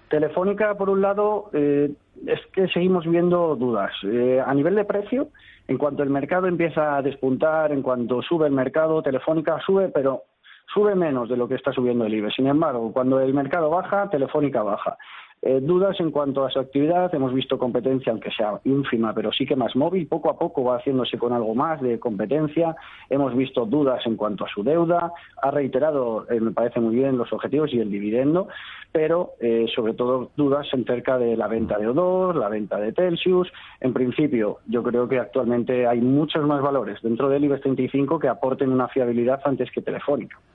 Telefónica, por un lado, es que seguimos viendo dudas. A nivel de precio, en cuanto el mercado empieza a despuntar, en cuanto sube el mercado, Telefónica sube, pero sube menos de lo que está subiendo el IBEX. Sin embargo, cuando el mercado baja, Telefónica baja. Dudas en cuanto a su actividad, hemos visto competencia, aunque sea ínfima, pero sí que más móvil, poco a poco va haciéndose con algo más de competencia. Hemos visto dudas en cuanto a su deuda, ha reiterado, me parece muy bien, los objetivos y el dividendo, pero sobre todo dudas acerca de la venta de O2, la venta de Telxius. En principio, yo creo que actualmente hay muchos más valores dentro del IBEX 35 que aporten una fiabilidad antes que Telefónica.